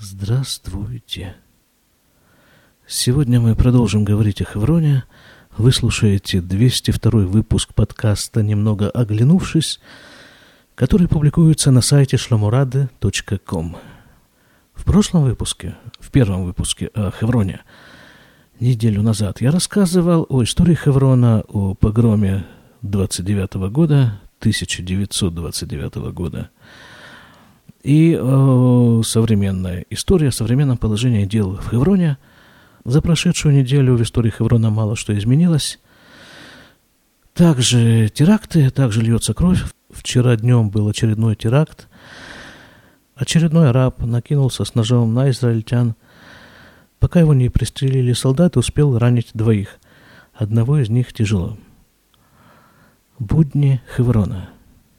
Здравствуйте. Сегодня мы продолжим говорить о Хевроне. Вы слушаете 202 выпуск подкаста «Немного оглянувшись», который публикуется на сайте shlomorade.com. В прошлом выпуске, в первом выпуске о Хевроне, неделю назад, я рассказывал о истории Хеврона, о погроме 1929 года. И современная история, о современном положении дел в Хевроне. За прошедшую неделю в истории Хеврона мало что изменилось. Также теракты, также льется кровь. Вчера днем был очередной теракт. Очередной араб накинулся с ножом на израильтян. Пока его не пристрелили солдаты, успел ранить двоих. Одного из них тяжело. Будни Хеврона.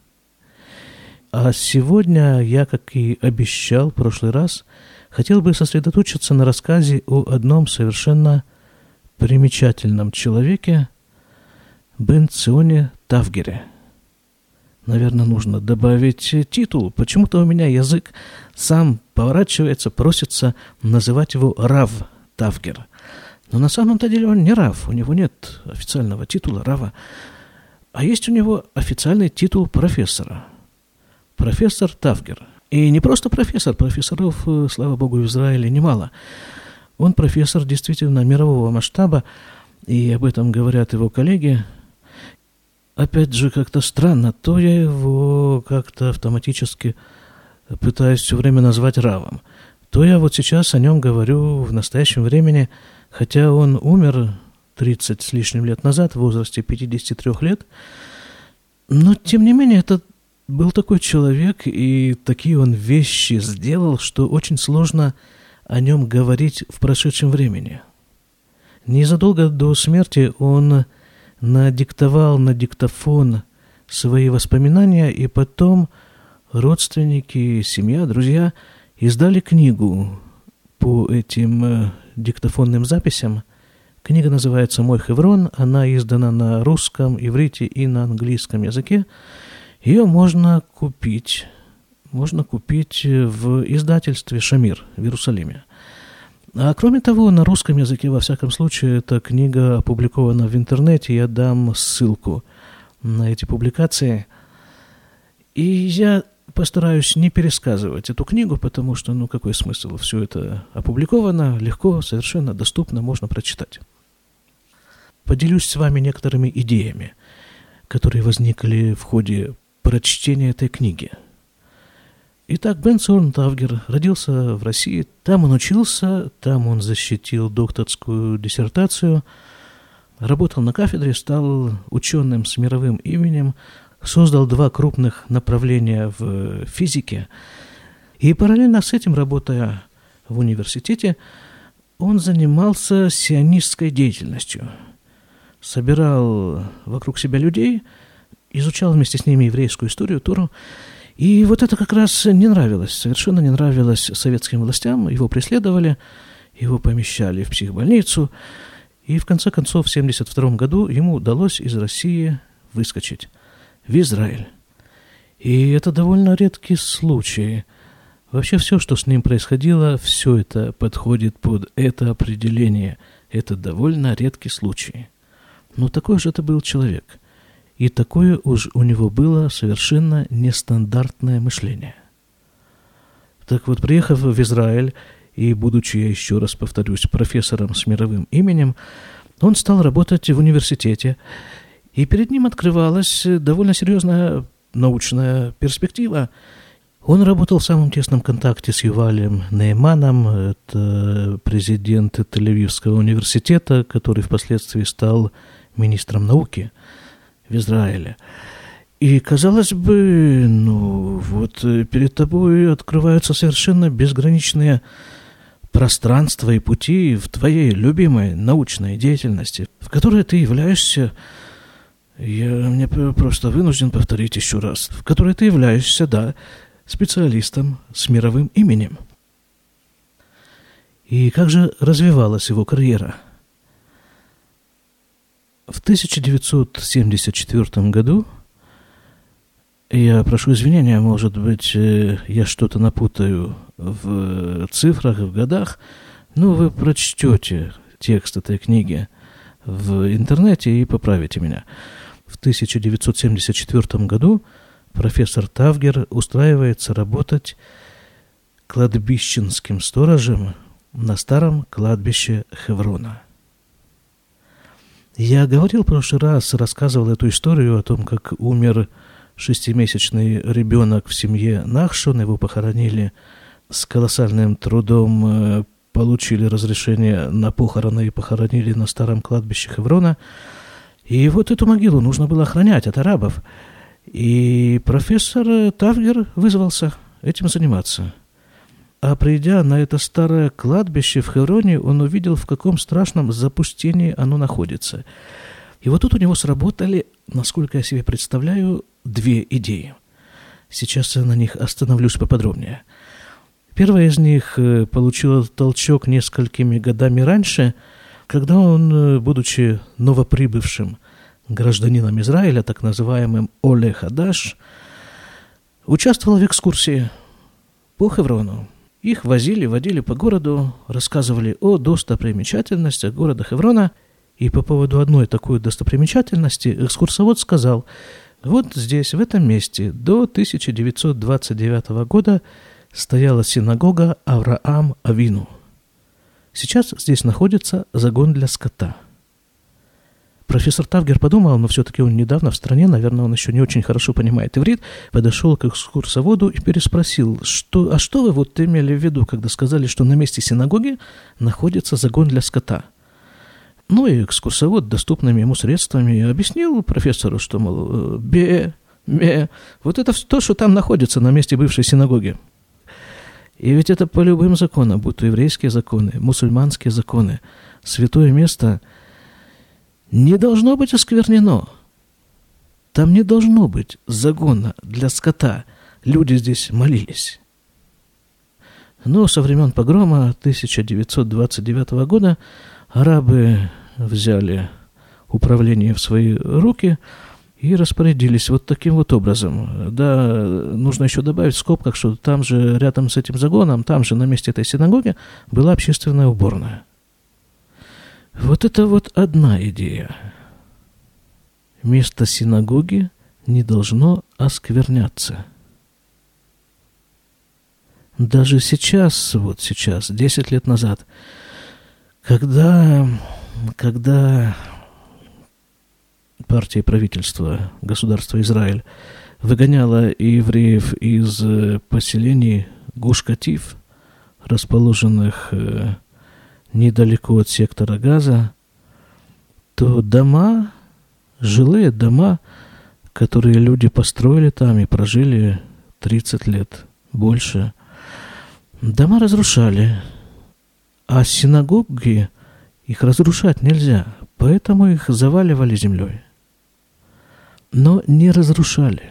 А сегодня я, как и обещал в прошлый раз, хотел бы сосредоточиться на рассказе о одном совершенно примечательном человеке, Бен Ционе Тавгере. Наверное, нужно добавить титул. Почему-то у меня язык сам поворачивается, просится называть его Рав Тавгер. Но на самом-то деле он не Рав, у него нет официального титула Рава, а есть у него официальный титул профессора. Профессор Тавгер. И не просто профессор, профессоров, слава богу, в Израиле немало. Он профессор действительно мирового масштаба, и об этом говорят его коллеги. Опять же, как-то странно, то я его как-то автоматически пытаюсь все время назвать Равом, то я вот сейчас о нем говорю в настоящем времени, хотя он умер 30 с лишним лет назад, в возрасте 53 лет, но тем не менее это был такой человек, и такие он вещи сделал, что очень сложно о нем говорить в прошедшем времени. Незадолго до смерти он надиктовал на диктофон свои воспоминания, и потом родственники, семья, друзья издали книгу по этим диктофонным записям. Книга называется «Мой Хеврон», она издана на русском, иврите и на английском языке. Ее можно купить в издательстве «Шамир» в Иерусалиме. А кроме того, на русском языке, во всяком случае, эта книга опубликована в интернете. Я дам ссылку на эти публикации. И я постараюсь не пересказывать эту книгу, потому что, какой смысл? Все это опубликовано, легко, совершенно доступно, можно прочитать. Поделюсь с вами некоторыми идеями, которые возникли в ходе прочтения этой книги. Итак, Бен Цион Тавгер родился в России. Там он учился, там он защитил докторскую диссертацию, работал на кафедре, стал ученым с мировым именем, создал 2 крупных направления в физике. И параллельно с этим, работая в университете, он занимался сионистской деятельностью. Собирал вокруг себя людей, изучал вместе с ними еврейскую историю, Тору. И вот это как раз не нравилось, совершенно не нравилось советским властям. Его преследовали, его помещали в психбольницу. И в конце концов, в 1972 году ему удалось из России выскочить в Израиль. И это довольно редкий случай. Вообще все, что с ним происходило, все это подходит под это определение. Это довольно редкий случай. Но такой же это был человек. И такое уж у него было совершенно нестандартное мышление. Так вот, приехав в Израиль, и будучи, я еще раз повторюсь, профессором с мировым именем, он стал работать в университете, и перед ним открывалась довольно серьезная научная перспектива. Он работал в самом тесном контакте с Ювалем Нейманом, это президент Тель-Авивского университета, который впоследствии стал министром науки в Израиле. И, казалось бы, перед тобой открываются совершенно безграничные пространства и пути в твоей любимой научной деятельности, в которой ты являешься, мне просто вынужден повторить еще раз, в которой ты являешься, специалистом с мировым именем. И как же развивалась его карьера? В 1974 году, я прошу извинения, может быть, я что-то напутаю в цифрах, в годах. Ну, вы прочтете текст этой книги в интернете и поправите меня. В 1974 году профессор Тавгер устраивается работать кладбищенским сторожем на старом кладбище Хеврона. Я говорил в прошлый раз, рассказывал эту историю о том, как умер 6-месячный ребенок в семье Нахшон. Его похоронили с колоссальным трудом, получили разрешение на похороны и похоронили на старом кладбище Хеврона. И вот эту могилу нужно было охранять от арабов. И профессор Тавгер вызвался этим заниматься. А придя на это старое кладбище в Хевроне, он увидел, в каком страшном запустении оно находится. И вот тут у него сработали, насколько я себе представляю, две идеи. Сейчас я на них остановлюсь поподробнее. Первая из них получила толчок несколькими годами раньше, когда он, будучи новоприбывшим гражданином Израиля, так называемым Оле Хадаш, участвовал в экскурсии по Хеврону. Их водили по городу, рассказывали о достопримечательностях города Хеврона. И по поводу одной такой достопримечательности экскурсовод сказал: вот здесь, в этом месте, до 1929 года стояла синагога Авраам Авину. Сейчас здесь находится загон для скота. Профессор Тавгер подумал, но все-таки он недавно в стране, наверное, он еще не очень хорошо понимает иврит, подошел к экскурсоводу и переспросил, что вы вот имели в виду, когда сказали, что на месте синагоги находится загон для скота? Ну и экскурсовод доступными ему средствами объяснил профессору, что, мол, вот это то, что там находится на месте бывшей синагоги. И ведь это по любым законам, будь то еврейские законы, мусульманские законы, святое место не должно быть осквернено. Там не должно быть загона для скота. Люди здесь молились. Но со времен погрома 1929 года арабы взяли управление в свои руки и распорядились вот таким вот образом. Да, нужно еще добавить в скобках, что там же рядом с этим загоном, там же на месте этой синагоги была общественная уборная. Вот это вот одна идея. Место синагоги не должно оскверняться. Даже сейчас, 10 лет назад, когда партия и правительство государства Израиль выгоняла евреев из поселений Гуш-Катиф, расположенных недалеко от сектора Газа, то жилые дома, которые люди построили там и прожили 30 лет, больше, дома разрушали, а синагоги их разрушать нельзя, поэтому их заваливали землей. Но не разрушали.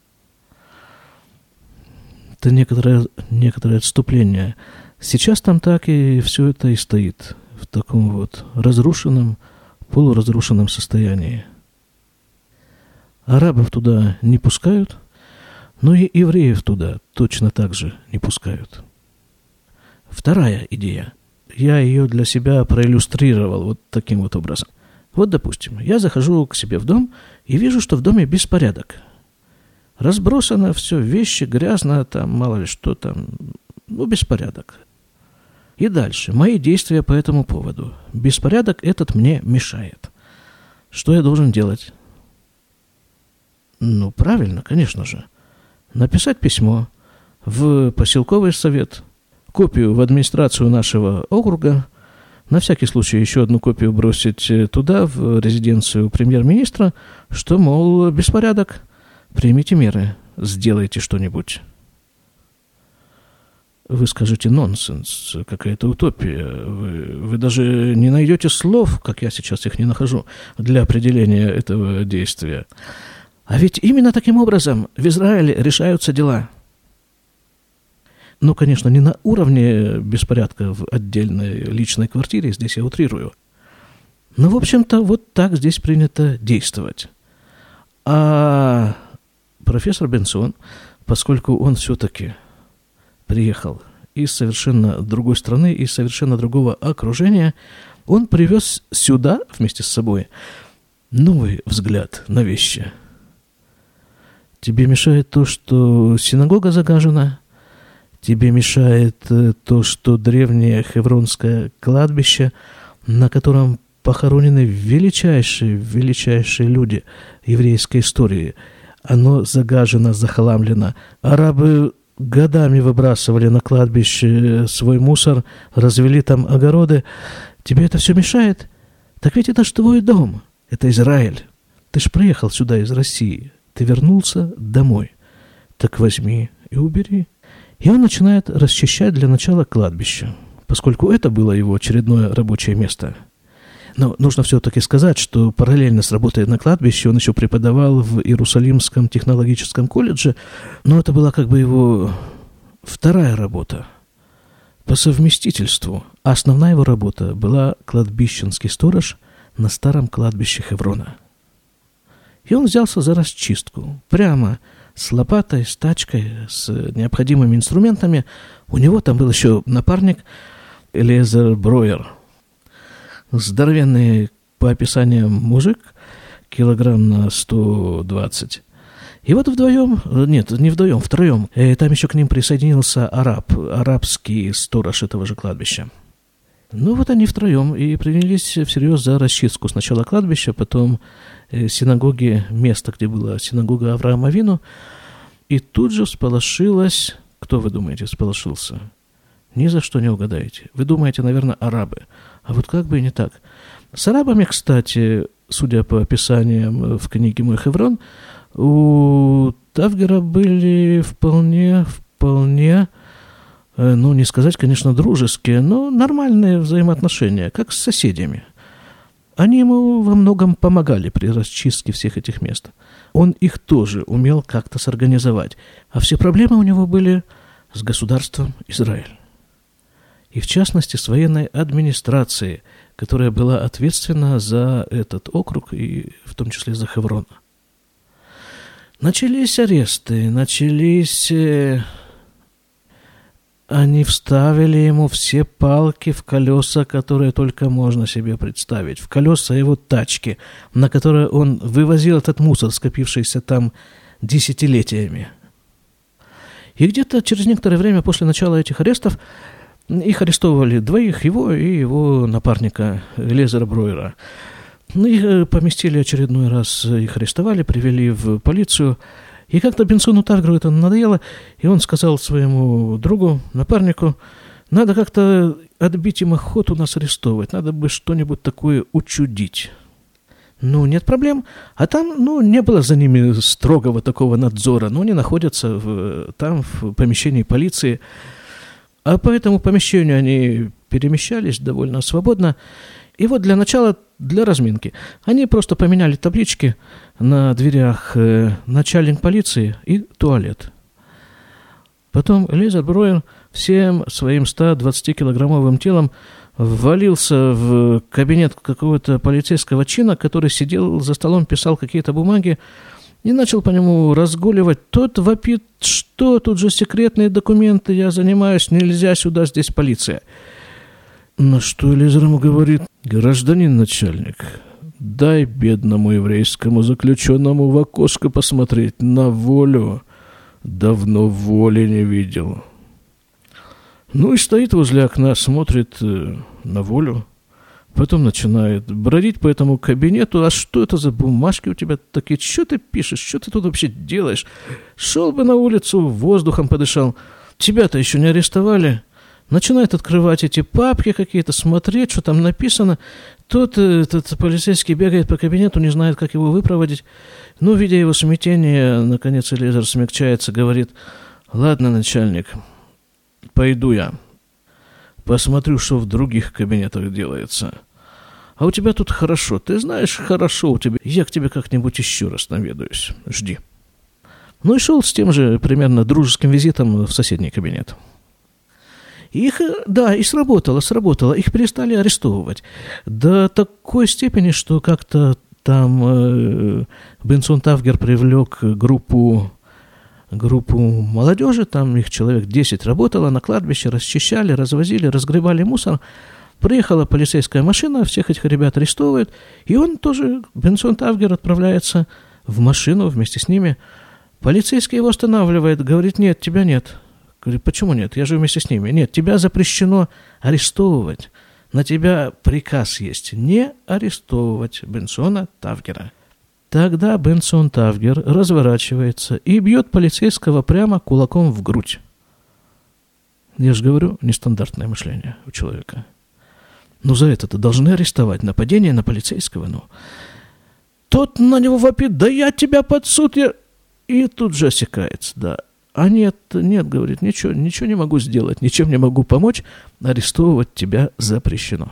Это некоторое отступление. Сейчас там так и все это и стоит в таком вот разрушенном, полуразрушенном состоянии. Арабов туда не пускают, но и евреев туда точно так же не пускают. Вторая идея. Я ее для себя проиллюстрировал вот таким вот образом. Вот, допустим, я захожу к себе в дом и вижу, что в доме беспорядок. Разбросано все, вещи, грязно, там мало ли что там, беспорядок. И дальше, мои действия по этому поводу. Беспорядок этот мне мешает. Что я должен делать? Правильно, конечно же. Написать письмо в поселковый совет, копию в администрацию нашего округа, на всякий случай еще одну копию бросить туда, в резиденцию премьер-министра, что, мол, беспорядок, примите меры, сделайте что-нибудь. Вы скажете: нонсенс, какая-то утопия. Вы даже не найдете слов, как я сейчас их не нахожу, для определения этого действия. А ведь именно таким образом в Израиле решаются дела. Конечно, не на уровне беспорядка в отдельной личной квартире, здесь я утрирую. Но, в общем-то, вот так здесь принято действовать. А профессор Бенсон, поскольку он все-таки приехал из совершенно другой страны, из совершенно другого окружения, он привез сюда вместе с собой новый взгляд на вещи. Тебе мешает то, что синагога загажена, тебе мешает то, что древнее Хевронское кладбище, на котором похоронены величайшие люди еврейской истории, оно загажено, захламлено. Арабы годами выбрасывали на кладбище свой мусор, развели там огороды. Тебе это все мешает? Так ведь это ж твой дом, это Израиль. Ты ж приехал сюда из России, ты вернулся домой. Так возьми и убери. И он начинает расчищать для начала кладбище, поскольку это было его очередное рабочее место. Но нужно все-таки сказать, что параллельно с работой на кладбище он еще преподавал в Иерусалимском технологическом колледже, но это была как бы его вторая работа по совместительству. А основная его работа была кладбищенский сторож на старом кладбище Хеврона. И он взялся за расчистку, прямо с лопатой, с тачкой, с необходимыми инструментами. У него там был еще напарник Элиэзер Броер. Здоровенный по описаниям мужик, килограмм на 120. И вот втроем, там еще к ним присоединился арабский сторож этого же кладбища. Ну вот они втроем и принялись всерьез за расчистку. Сначала кладбища, потом синагоги, место, где была синагога Авраама Авину. И тут же всполошилась... Кто, вы думаете, всполошился? Ни за что не угадаете. Вы думаете, наверное, арабы. А вот как бы и не так. С арабами, кстати, судя по описаниям в книге «Мой Хеврон», у Тавгера были вполне, ну, не сказать, конечно, дружеские, но нормальные взаимоотношения, как с соседями. Они ему во многом помогали при расчистке всех этих мест. Он их тоже умел как-то сорганизовать. А все проблемы у него были с государством Израиль. И в частности с военной администрацией, которая была ответственна за этот округ и в том числе за Хеврон. Начались аресты, Они вставили ему все палки в колеса, которые только можно себе представить. В колеса его тачки, на которые он вывозил этот мусор, скопившийся там десятилетиями. И где-то через некоторое время после начала этих арестов их арестовывали двоих, его и его напарника Элиэзера Броера. Их поместили очередной раз, их арестовали, привели в полицию. И как-то Бенсону Тавгеру это надоело, и он сказал своему другу, напарнику, надо как-то отбить им охоту нас арестовывать, надо бы что-нибудь такое учудить. Ну, нет проблем. А там, не было за ними строгого такого надзора, но они находятся там, в помещении полиции. А по этому помещению они перемещались довольно свободно. И вот для начала, для разминки, они просто поменяли таблички на дверях начальник полиции и туалет. Потом Элиэзер Броер всем своим 120-килограммовым телом ввалился в кабинет какого-то полицейского чина, который сидел за столом, писал какие-то бумаги, и начал по нему разгуливать. Тот вопит, что тут же секретные документы, я занимаюсь, нельзя сюда, здесь полиция. На что Элиэзер ему говорит, гражданин начальник, дай бедному еврейскому заключенному в окошко посмотреть на волю. Давно воли не видел. Ну и стоит возле окна, смотрит на волю. Потом начинает бродить по этому кабинету. А что это за бумажки у тебя такие? Что ты пишешь? Что ты тут вообще делаешь? Шел бы на улицу, воздухом подышал. Тебя-то еще не арестовали. Начинает открывать эти папки какие-то, смотреть, что там написано. Тот этот полицейский бегает по кабинету, не знает, как его выпроводить. Ну, видя его смятение, наконец Элиэзер смягчается, говорит, ладно, начальник, пойду я. Посмотрю, что в других кабинетах делается. А у тебя тут хорошо. Ты знаешь, хорошо у тебя. Я к тебе как-нибудь еще раз наведаюсь. Жди. Ну и шел с тем же примерно дружеским визитом в соседний кабинет. И сработало. Их перестали арестовывать. До такой степени, что как-то там Бенсон Тавгер привлек группу группу молодежи, там их человек 10 работало, на кладбище расчищали, развозили, разгребали мусор. Приехала полицейская машина, всех этих ребят арестовывают, и он тоже, Бенсон Тавгер, отправляется в машину вместе с ними. Полицейский его останавливает, говорит: нет, тебя нет. Говорит: почему нет? Я же вместе с ними. Нет, тебя запрещено арестовывать. На тебя приказ есть не арестовывать Бенсона Тавгера. Тогда Бенсон Тавгер разворачивается и бьет полицейского прямо кулаком в грудь. Я же говорю, нестандартное мышление у человека. Ну, за это-то должны арестовать. Нападение на полицейского, ну. Тот на него вопит: да я тебя под суд, я... И тут же осекается, да. А нет, говорит, ничего не могу сделать, ничем не могу помочь, арестовывать тебя запрещено.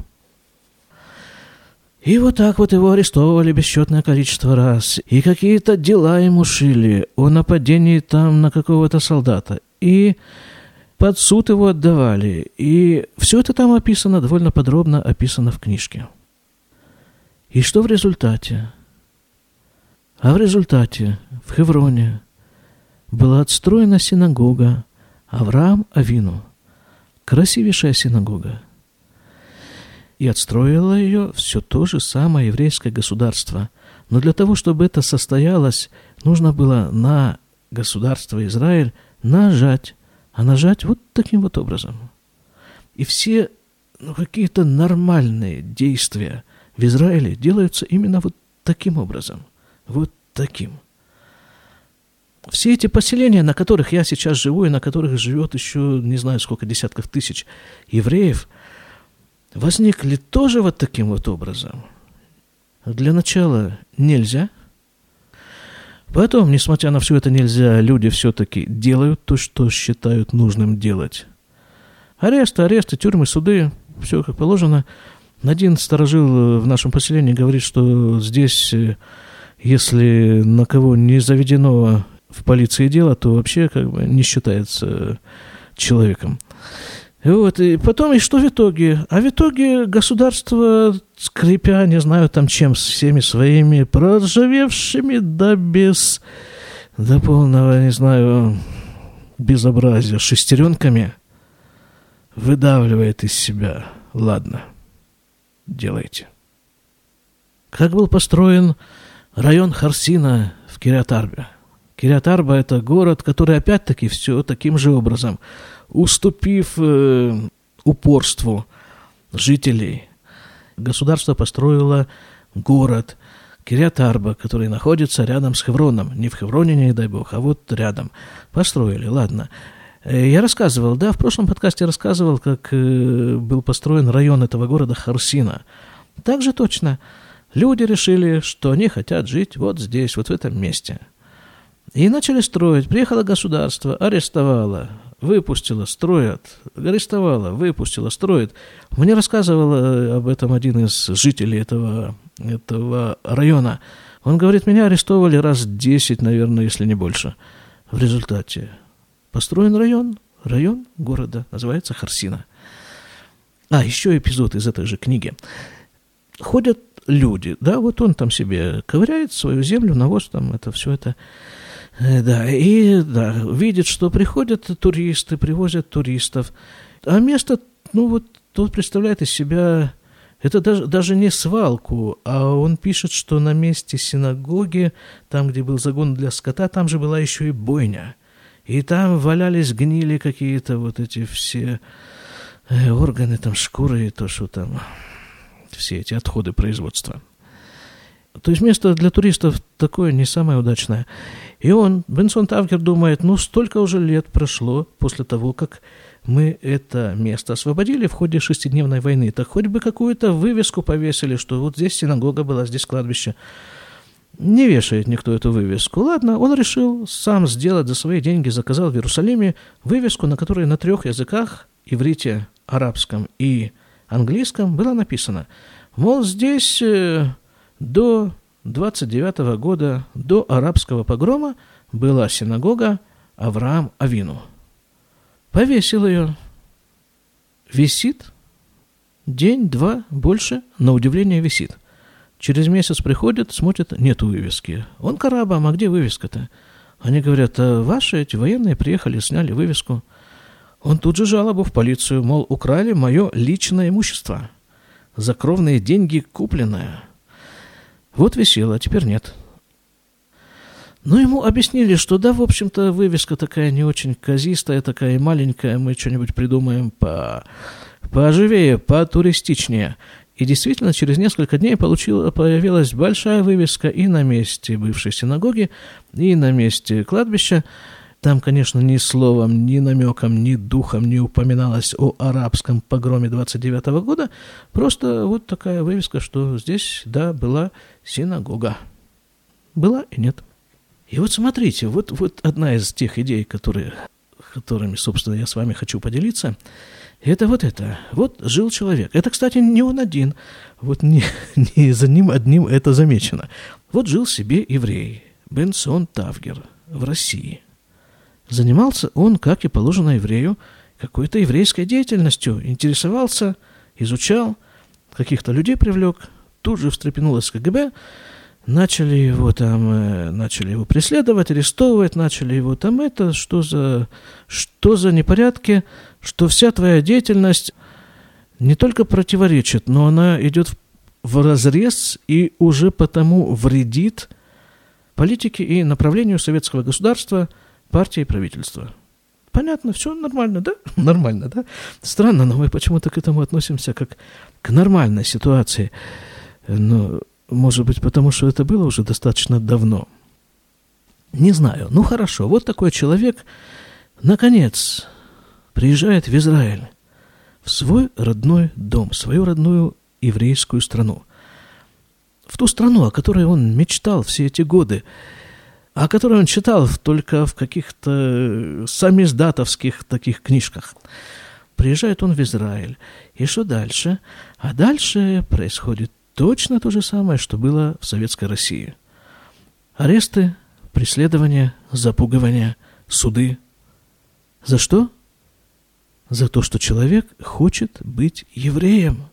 И вот так вот его арестовывали бесчетное количество раз, и какие-то дела ему шили о нападении там на какого-то солдата, и под суд его отдавали, и все это там описано, довольно подробно описано в книжке. И что в результате? А в результате в Хевроне была отстроена синагога Авраам Авину, красивейшая синагога. И отстроило ее все то же самое еврейское государство. Но для того, чтобы это состоялось, нужно было на государство Израиль нажать. А нажать вот таким вот образом. И все какие-то нормальные действия в Израиле делаются именно вот таким образом. Вот таким. Все эти поселения, на которых я сейчас живу, и на которых живет еще не знаю сколько десятков тысяч евреев, возникли тоже вот таким вот образом. Для начала нельзя. Потом, несмотря на все это нельзя, люди все-таки делают то, что считают нужным делать. Аресты, тюрьмы, суды, все как положено. Один старожил в нашем поселении говорит, что здесь, если на кого не заведено в полиции дело, то вообще как бы не считается человеком. Вот, и потом, и что в итоге? А в итоге государство, скрипя, не знаю там чем, всеми своими проржавевшими до полного, не знаю, безобразия шестеренками, выдавливает из себя: ладно, делайте. Как был построен район Харсина в Кирьят-Арбе? Кирьят-Арба – это город, который опять-таки все таким же образом, уступив упорству жителей, государство построило город Кирьят-Арба, который находится рядом с Хевроном. Не в Хевроне, не дай бог, а вот рядом. Построили, ладно. Я рассказывал, да, в прошлом подкасте рассказывал, как был построен район этого города Харсина. Так же точно. Люди решили, что они хотят жить вот здесь, вот в этом месте. И начали строить. Приехало государство, арестовало, выпустило, строят. Арестовало, выпустило, строит. Мне рассказывал об этом один из жителей этого района. Он говорит, меня арестовывали раз 10, наверное, если не больше. В результате построен район города, называется Харсина. А, еще эпизод из этой же книги. Ходят люди, да, вот он там себе ковыряет свою землю, навоз там, это все это. Да, и да, видит, что приходят туристы, привозят туристов. А место, ну вот, тут представляет из себя, это даже не свалку, а он пишет, что на месте синагоги, там, где был загон для скота, там же была еще и бойня. И там валялись, гнили какие-то вот эти все органы, там, шкуры и то, что там, все эти отходы производства. То есть место для туристов такое не самое удачное. И он, Бенсон Тавгер, думает, ну столько уже лет прошло после того, как мы это место освободили в ходе 6-дневной войны. Так хоть бы какую-то вывеску повесили, что вот здесь синагога была, здесь кладбище. Не вешает никто эту вывеску. Ладно, он решил сам сделать за свои деньги, заказал в Иерусалиме вывеску, на которой на 3 языках, иврите, арабском и английском, было написано, мол, здесь до 29 года, до арабского погрома, была синагога Авраам Авину. Повесил ее. Висит. День-два, больше, на удивление висит. Через месяц приходит, смотрит, нету вывески. Он к арабам, а где вывеска-то? Они говорят: а ваши эти военные приехали, сняли вывеску. Он тут же жалобу в полицию, мол, украли мое личное имущество. За кровные деньги купленное. Вот висело, а теперь нет. Ну, ему объяснили, что да, в общем-то, вывеска такая не очень казистая, такая маленькая, мы что-нибудь придумаем поживее, потуристичнее. И действительно, через несколько дней появилась большая вывеска и на месте бывшей синагоги, и на месте кладбища. Там, конечно, ни словом, ни намеком, ни духом не упоминалось о арабском погроме 29-го года. Просто вот такая вывеска, что здесь, да, была синагога. Была и нет. И вот смотрите, вот одна из тех идей, которыми, собственно, я с вами хочу поделиться, это вот это. Вот жил человек. Это, кстати, не он один. Вот не за ним одним это замечено. Вот жил себе еврей Бенцион Тавгер в России. Занимался он, как и положено еврею, какой-то еврейской деятельностью. Интересовался, изучал, каких-то людей привлек. Тут же встрепенулось КГБ. Начали его преследовать, арестовывать, начали его там что за непорядки, что вся твоя деятельность не только противоречит, но она идет вразрез и уже потому вредит политике и направлению советского государства, партии и правительства. Понятно, все нормально, да? Нормально, да? Странно, но мы почему-то к этому относимся как к нормальной ситуации. Но, может быть, потому что это было уже достаточно давно. Не знаю. Ну, хорошо. Вот такой человек, наконец, приезжает в Израиль, в свой родной дом, в свою родную еврейскую страну. В ту страну, о которой он мечтал все эти годы, о которой он читал только в каких-то самиздатовских таких книжках. Приезжает он в Израиль. И что дальше? А дальше происходит точно то же самое, что было в Советской России. Аресты, преследования, запугивания, суды. За что? За то, что человек хочет быть евреем.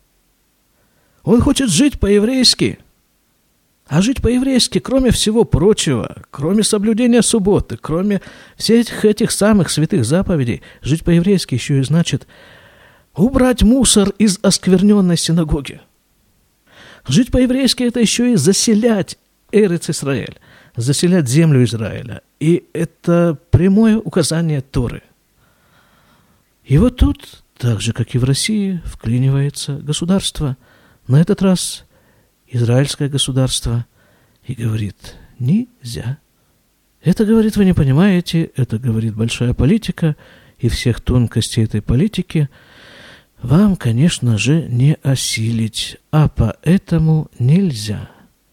Он хочет жить по-еврейски. А жить по-еврейски, кроме всего прочего, кроме соблюдения субботы, кроме всех этих самых святых заповедей, жить по-еврейски еще и значит убрать мусор из оскверненной синагоги. Жить по-еврейски – это еще и заселять Эрец Исраэль, заселять землю Израиля. И это прямое указание Торы. И вот тут, так же, как и в России, вклинивается государство. На этот раз израильское государство, и говорит: нельзя. Это, говорит, вы не понимаете, это, говорит, большая политика, и всех тонкостей этой политики вам, конечно же, не осилить, а поэтому нельзя.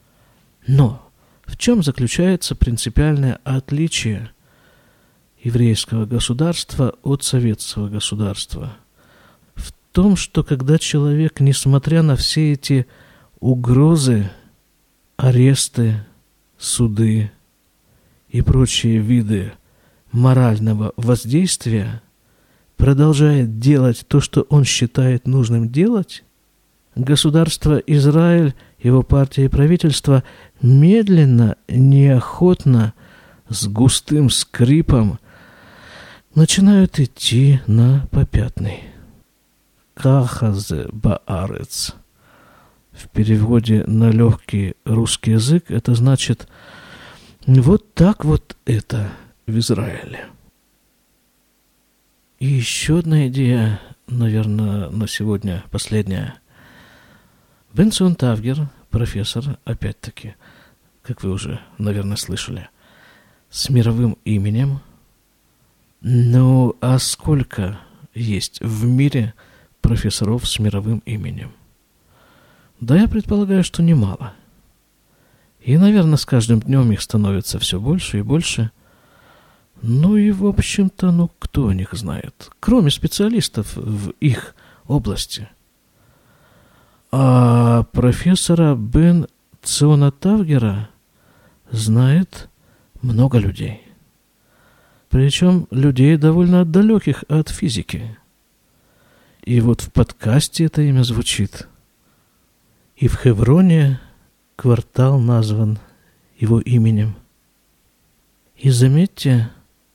Но в чем заключается принципиальное отличие еврейского государства от советского государства? В том, что когда человек, несмотря на все эти угрозы, аресты, суды и прочие виды морального воздействия, продолжает делать то, что он считает нужным делать, государство Израиль, его партия и правительство медленно, неохотно, с густым скрипом начинают идти на попятный. Кахазе баарец. В переводе на легкий русский язык это значит вот так вот это в Израиле. И еще одна идея, наверное, на сегодня последняя. Бенцион Тавгер, профессор, опять-таки, как вы уже, наверное, слышали, с мировым именем. Ну, а сколько есть в мире профессоров с мировым именем? Да, я предполагаю, что немало. И, наверное, с каждым днем их становится все больше и больше. Ну и, в общем-то, кто о них знает? Кроме специалистов в их области. А профессора Бенциона Тавгера знает много людей. Причем людей довольно далеких от физики. И вот в подкасте это имя звучит. И в Хевроне квартал назван его именем. И заметьте,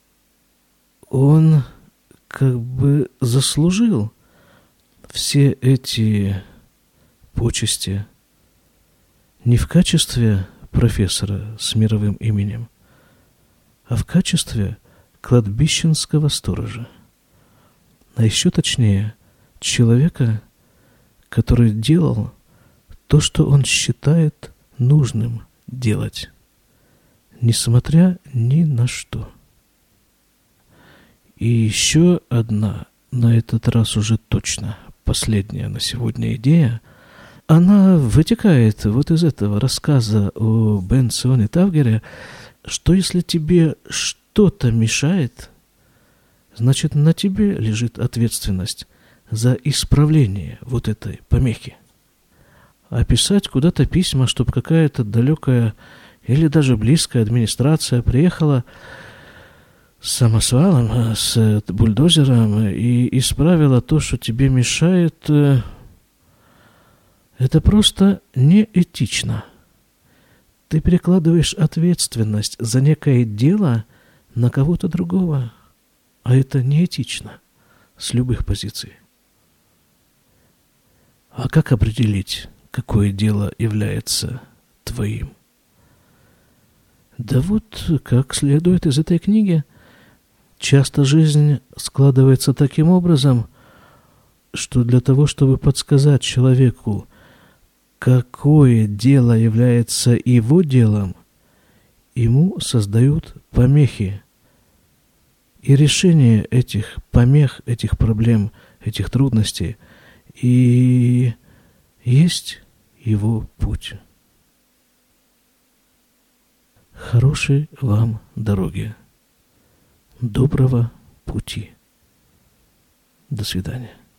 он как бы заслужил все эти почести не в качестве профессора с мировым именем, а в качестве кладбищенского сторожа. А еще точнее, человека, который делал то, что он считает нужным делать, несмотря ни на что. И еще одна, на этот раз уже точно последняя на сегодня идея, она вытекает вот из этого рассказа о Бенционе Тавгере, что если тебе что-то мешает, значит, на тебе лежит ответственность за исправление вот этой помехи. А писать куда-то письма, чтобы какая-то далекая или даже близкая администрация приехала с самосвалом, с бульдозером и исправила то, что тебе мешает, это просто неэтично. Ты перекладываешь ответственность за некое дело на кого-то другого, а это неэтично с любых позиций. А как определить, какое дело является твоим? Да вот, как следует из этой книги, часто жизнь складывается таким образом, что для того, чтобы подсказать человеку, какое дело является его делом, ему создают помехи. И решение этих помех, этих проблем, этих трудностей и есть его путь. Хорошей вам дороги. Доброго пути. До свидания.